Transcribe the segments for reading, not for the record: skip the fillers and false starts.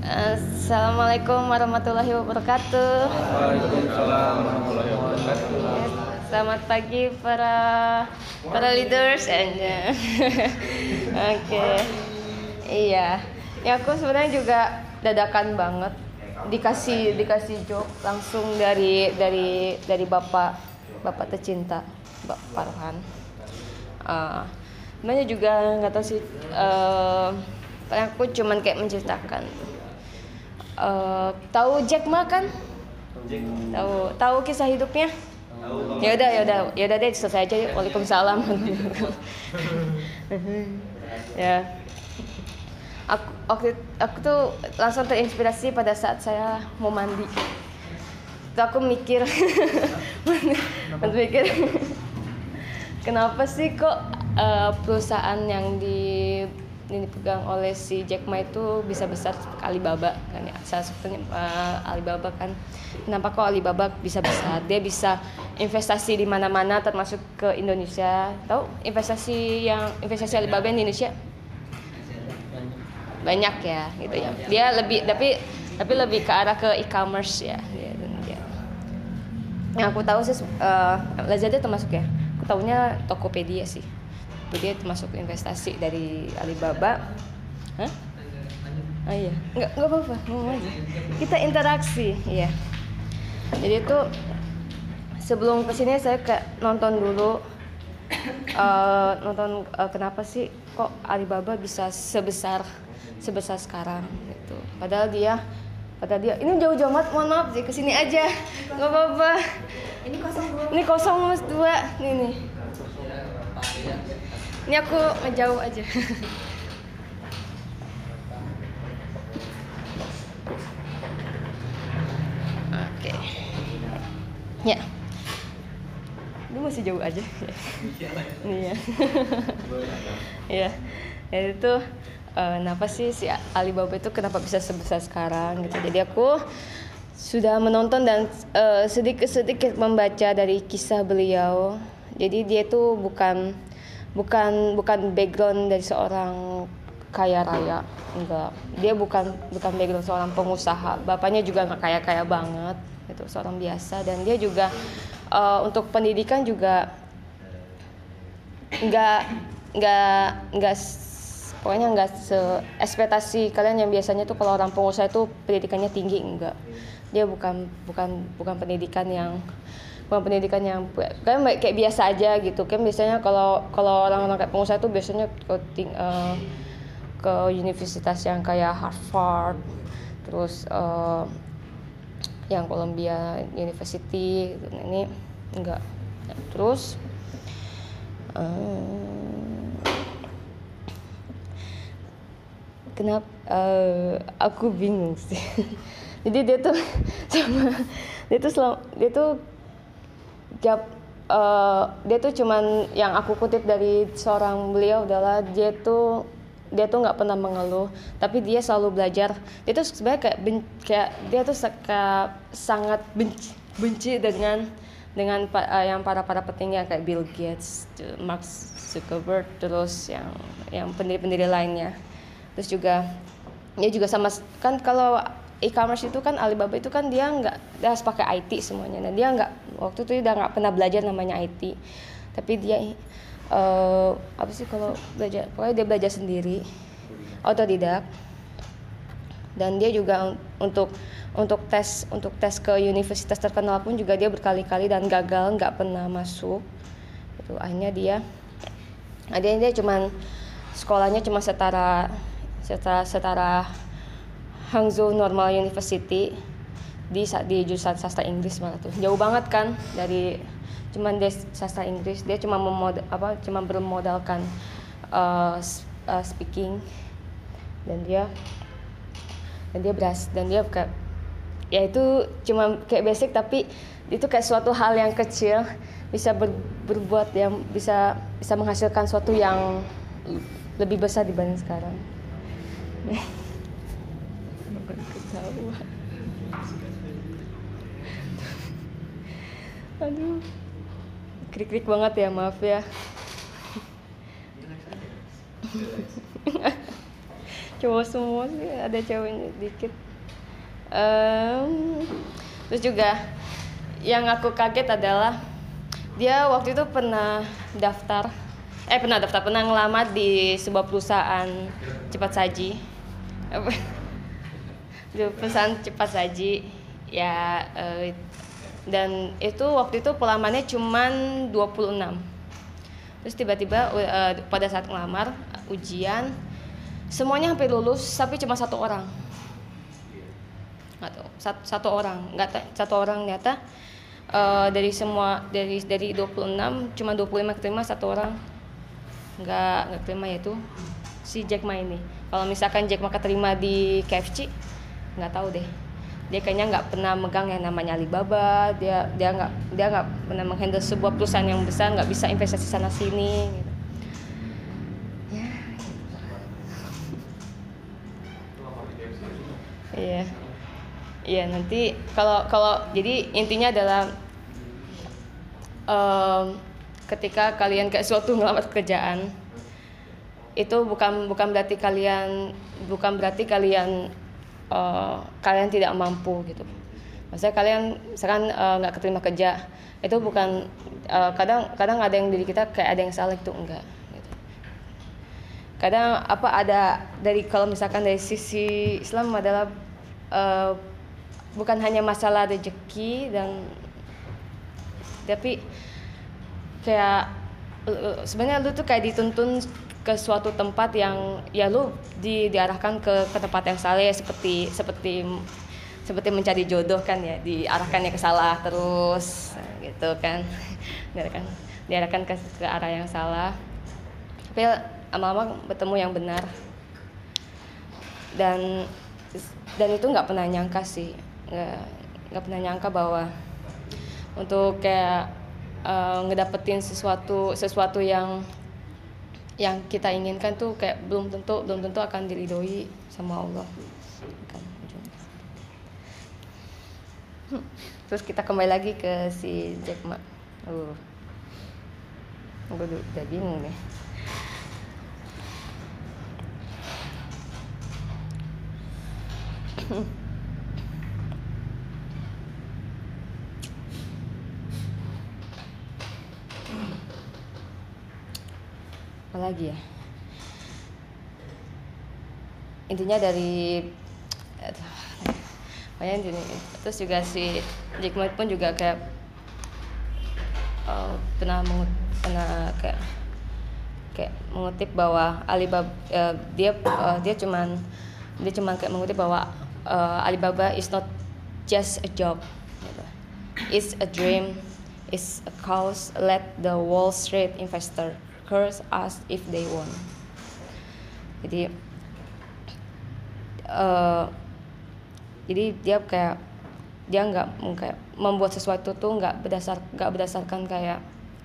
Assalamualaikum warahmatullahi wabarakatuh. Waalaikumsalam warahmatullahi wabarakatuh. Selamat pagi para leaders and Oke. Iya. Ya aku sebenarnya juga dadakan banget dikasih job langsung dari bapak tercinta, Pak Farhan. Sebenarnya juga nggak tahu sih. Aku cuman kayak menceritakan. Tahu Jack Ma kan? Tahu kisah hidupnya? Ya udah deh, selesai aja. Waalaikumsalam. Ya. Aku tuh langsung terinspirasi pada saat saya mau mandi. Tuh aku mikir, kenapa sih kok perusahaan yang dipegang oleh si Jack Ma itu bisa besar seperti Alibaba kan ya, salah satunya Alibaba kan. Kenapa kok Alibaba bisa besar? Dia bisa investasi di mana-mana termasuk ke Indonesia. Tahu investasi Alibaba di Indonesia? Banyak ya gitu ya. Dia lebih tapi lebih ke arah ke e-commerce ya. Yang aku tahu sih Lazada termasuk ya. Aku tahunya Tokopedia sih. Dia termasuk investasi dari Alibaba. Hah? Oh iya, nggak apa-apa, ngomong aja. Kita interaksi, iya. Jadi itu sebelum kesini saya kayak nonton dulu, kenapa sih kok Alibaba bisa sebesar sekarang gitu. Padahal dia ini jauh-jauh banget, mohon maaf sih kesini aja, nggak apa-apa. Ini 02, nih. Ini aku ngejauh aja. Oke. Ya. Ini masih jauh aja. Nih ya. Ya. Itu kenapa sih si Alibaba itu kenapa bisa sebesar sekarang gitu. Jadi aku sudah menonton dan sedikit membaca dari kisah beliau. Jadi dia tuh bukan background dari seorang kaya raya, enggak. Dia bukan background seorang pengusaha. Bapaknya juga nggak kaya banget, itu seorang biasa. Dan dia juga untuk pendidikan juga pokoknya nggak ekspektasi kalian yang biasanya tuh kalau orang pengusaha itu pendidikannya tinggi, enggak. Dia bukan pendidikan yang kan kayak biasa aja gitu kan. Biasanya kalau orang-orang kayak pengusaha itu biasanya ke universitas yang kayak Harvard, terus yang Columbia University gitu. Ini enggak. Terus kenapa aku bingung sih. Jadi dia cuman yang aku kutip dari seorang beliau adalah dia tuh nggak pernah mengeluh, tapi dia selalu belajar. Dia tuh sebenarnya kayak dia tuh sangat benci dengan yang para petinggi kayak Bill Gates, Mark Zuckerberg, terus yang pendiri lainnya. Terus juga dia juga sama kan, kalau e-commerce itu kan Alibaba itu kan dia harus pakai IT semuanya. Nah dia waktu itu dia nggak pernah belajar namanya IT, tapi dia kalau belajar, pokoknya dia belajar sendiri, otodidak. Dan dia juga untuk tes ke universitas terkenal pun juga dia berkali-kali dan gagal, nggak pernah masuk. Itu akhirnya dia cuman sekolahnya cuma setara Hangzhou Normal University di jurusan sastra Inggris, malah tuh jauh banget kan dari cuman des sastra Inggris. Dia cuma bermodalkan speaking, dan dia berhasil. Dan dia kayak ya itu cuma kayak basic, tapi itu kayak suatu hal yang kecil bisa berbuat yang bisa menghasilkan suatu yang lebih besar dibanding sekarang. Ketawa. Aduh, krik banget ya, maaf ya. cowok semua sih, ada ceweknya dikit. Terus juga yang aku kaget adalah dia waktu itu pernah ngelamar di sebuah perusahaan cepat saji. Di perusahaan cepat saji ya, dan itu waktu itu pelamarnya cuman 26. Terus tiba-tiba pada saat ngelamar ujian semuanya hampir lulus tapi cuma satu orang. Satu orang ternyata dari 26 cuma 25 keterima, satu orang nggak keterima, yaitu si Jack Ma ini. Kalau misalkan Jack Ma keterima di KFC, nggak tahu deh, dia kayaknya nggak pernah megang yang namanya Alibaba, dia nggak pernah menghandle sebuah perusahaan yang besar, nggak bisa investasi sana sini gitu. Iya, nanti kalau jadi intinya adalah ketika kalian kayak suatu ngelamar pekerjaan itu bukan berarti kalian kalian tidak mampu gitu. Maksudnya kalian misalkan nggak keterima kerja, itu bukan kadang ada yang diri kita kayak ada yang salah, itu enggak gitu. Kadang ada kalau misalkan dari sisi Islam adalah bukan hanya masalah rezeki, tapi kayak sebenarnya lu tuh kayak dituntun ke suatu tempat yang ya lu diarahkan ke tempat yang salah, ya seperti mencari jodoh kan ya, diarahkannya ke salah terus gitu kan. diarahkan ke arah yang salah, tapi lama-lama bertemu yang benar, dan itu nggak pernah nyangka sih, nggak pernah nyangka bahwa untuk kayak ngedapetin sesuatu yang kita inginkan tuh kayak belum tentu akan diridhoi sama Allah kan. Terus kita kembali lagi ke si Jack Ma. Gue udah bingung nih. Apa lagi ya? Intinya dari terus juga si Jack Ma pun juga kayak pernah kayak mengutip bahwa Alibaba dia cuman kayak mengutip bahwa Alibaba is not just a job, gitu. It's a dream, it's a cause. Let the Wall Street investor curse us if they want. Jadi dia nggak membuat sesuatu tuh nggak berdasarkan kayak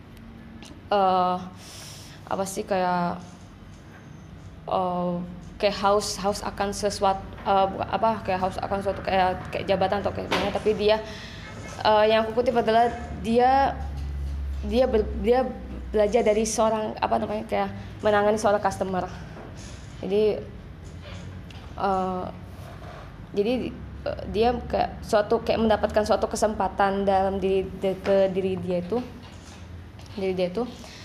kayak haus akan sesuatu, kayak haus akan suatu kayak jabatan atau kayak gimana, tapi dia yang aku kutip adalah dia belajar dari seorang kayak menangani seorang customer. Jadi dia kayak mendapatkan suatu kesempatan dalam diri dia itu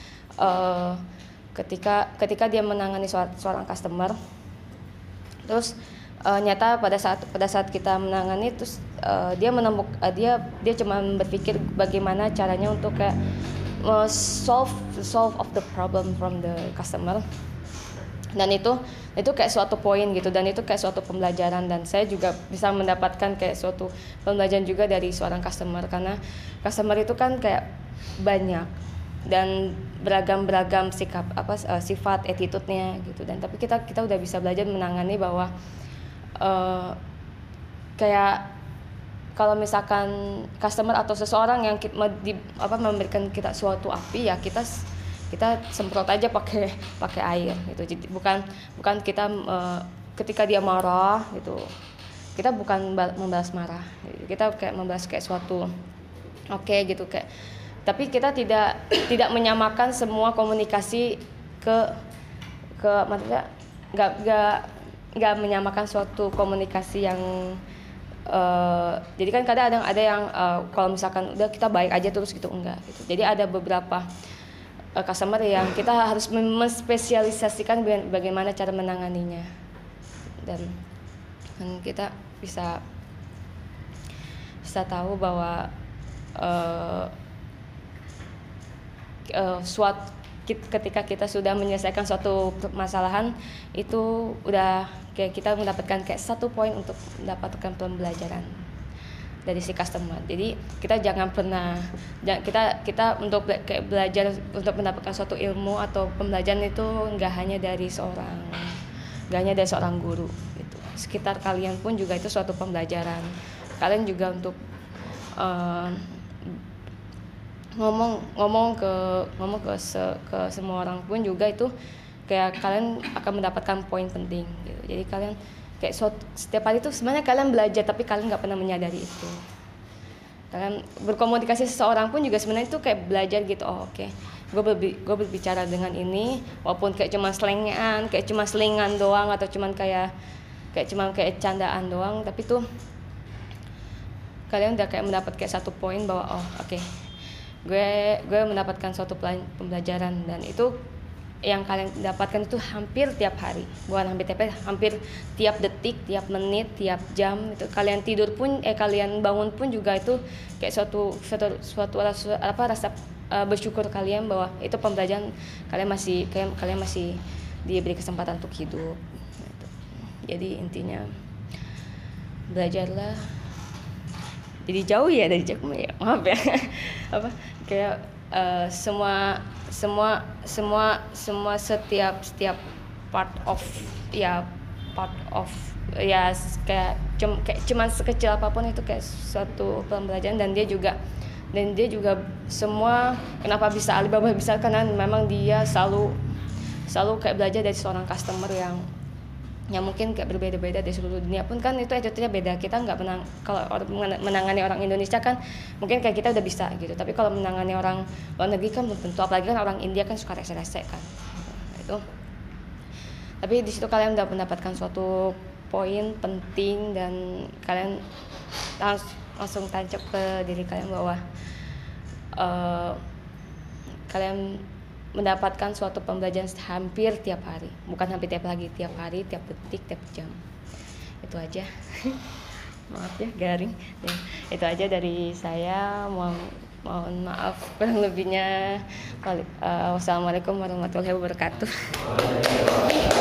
ketika dia menangani seorang customer. Terus nyata pada saat kita menangani, terus dia cuma berpikir bagaimana caranya untuk kayak solve of the problem from the customer, dan itu kayak suatu poin gitu, dan itu kayak suatu pembelajaran, dan saya juga bisa mendapatkan kayak suatu pembelajaran juga dari seorang customer, karena customer itu kan kayak banyak dan beragam sikap sifat attitude-nya gitu, dan tapi kita udah bisa belajar menangani bahwa kayak kalau misalkan customer atau seseorang yang memberikan kita suatu api, ya kita semprot aja pakai air gitu. Jadi bukan kita ketika dia marah gitu, kita bukan membalas marah, kita kayak membalas kayak suatu gitu kayak, tapi kita tidak menyamakan semua komunikasi ke maksudnya nggak menyamakan suatu komunikasi yang jadi kan kadang ada yang kalau misalkan udah kita baik aja terus gitu, enggak gitu. Jadi ada beberapa customer yang kita harus menspesialisasikan bagaimana cara menanganinya, dan kita bisa tahu bahwa ketika kita sudah menyelesaikan suatu permasalahan itu udah kayak kita mendapatkan kayak 1 poin untuk mendapatkan pembelajaran dari si customer. Jadi kita jangan pernah kita untuk kayak belajar untuk mendapatkan suatu ilmu atau pembelajaran itu nggak hanya dari seorang guru gitu. Sekitar kalian pun juga itu suatu pembelajaran. Kalian juga untuk ngomong ke semua orang pun juga itu kayak kalian akan mendapatkan poin penting gitu. Jadi kalian kayak setiap hari itu sebenarnya kalian belajar tapi kalian nggak pernah menyadari itu. Kalian berkomunikasi seseorang pun juga sebenarnya itu kayak belajar gitu. Oh oke, gue berbicara dengan ini walaupun kayak cuma selingan doang atau kayak candaan doang, tapi tuh kalian udah kayak mendapat kayak 1 poin bahwa oh oke, gue mendapatkan suatu pembelajaran, dan itu yang kalian dapatkan itu hampir tiap hari, bukan hampir tiap detik, tiap menit, tiap jam. Itu kalian tidur pun kalian bangun pun juga itu kayak suatu rasa bersyukur kalian bahwa itu pembelajaran kalian masih diberi kesempatan untuk hidup gitu. Jadi intinya belajarlah. Jadi jauh ya dari Jack ya, maaf ya. Kayak setiap part of kayak cuman sekecil apapun itu kayak suatu pembelajaran. Dan dia juga semua kenapa bisa Alibaba bisa, karena memang dia selalu kayak belajar dari seorang customer yang mungkin kayak berbeda-beda di seluruh dunia pun kan itu attitude-nya beda. Kita nggak kalau menangani orang Indonesia kan mungkin kayak kita udah bisa gitu, tapi kalau menangani orang luar negeri kan belum tentu, apalagi kan orang India kan suka rese-rese kan itu. Tapi di situ kalian udah mendapatkan suatu poin penting, dan kalian langsung tancap ke diri kalian bahwa kalian mendapatkan suatu pembelajaran hampir tiap hari, bukan hampir tiap hari, tiap detik, tiap jam. Itu aja. Maaf ya garing ya, itu aja dari saya. Mohon maaf kurang lebihnya. Wassalamualaikum warahmatullahi wabarakatuh.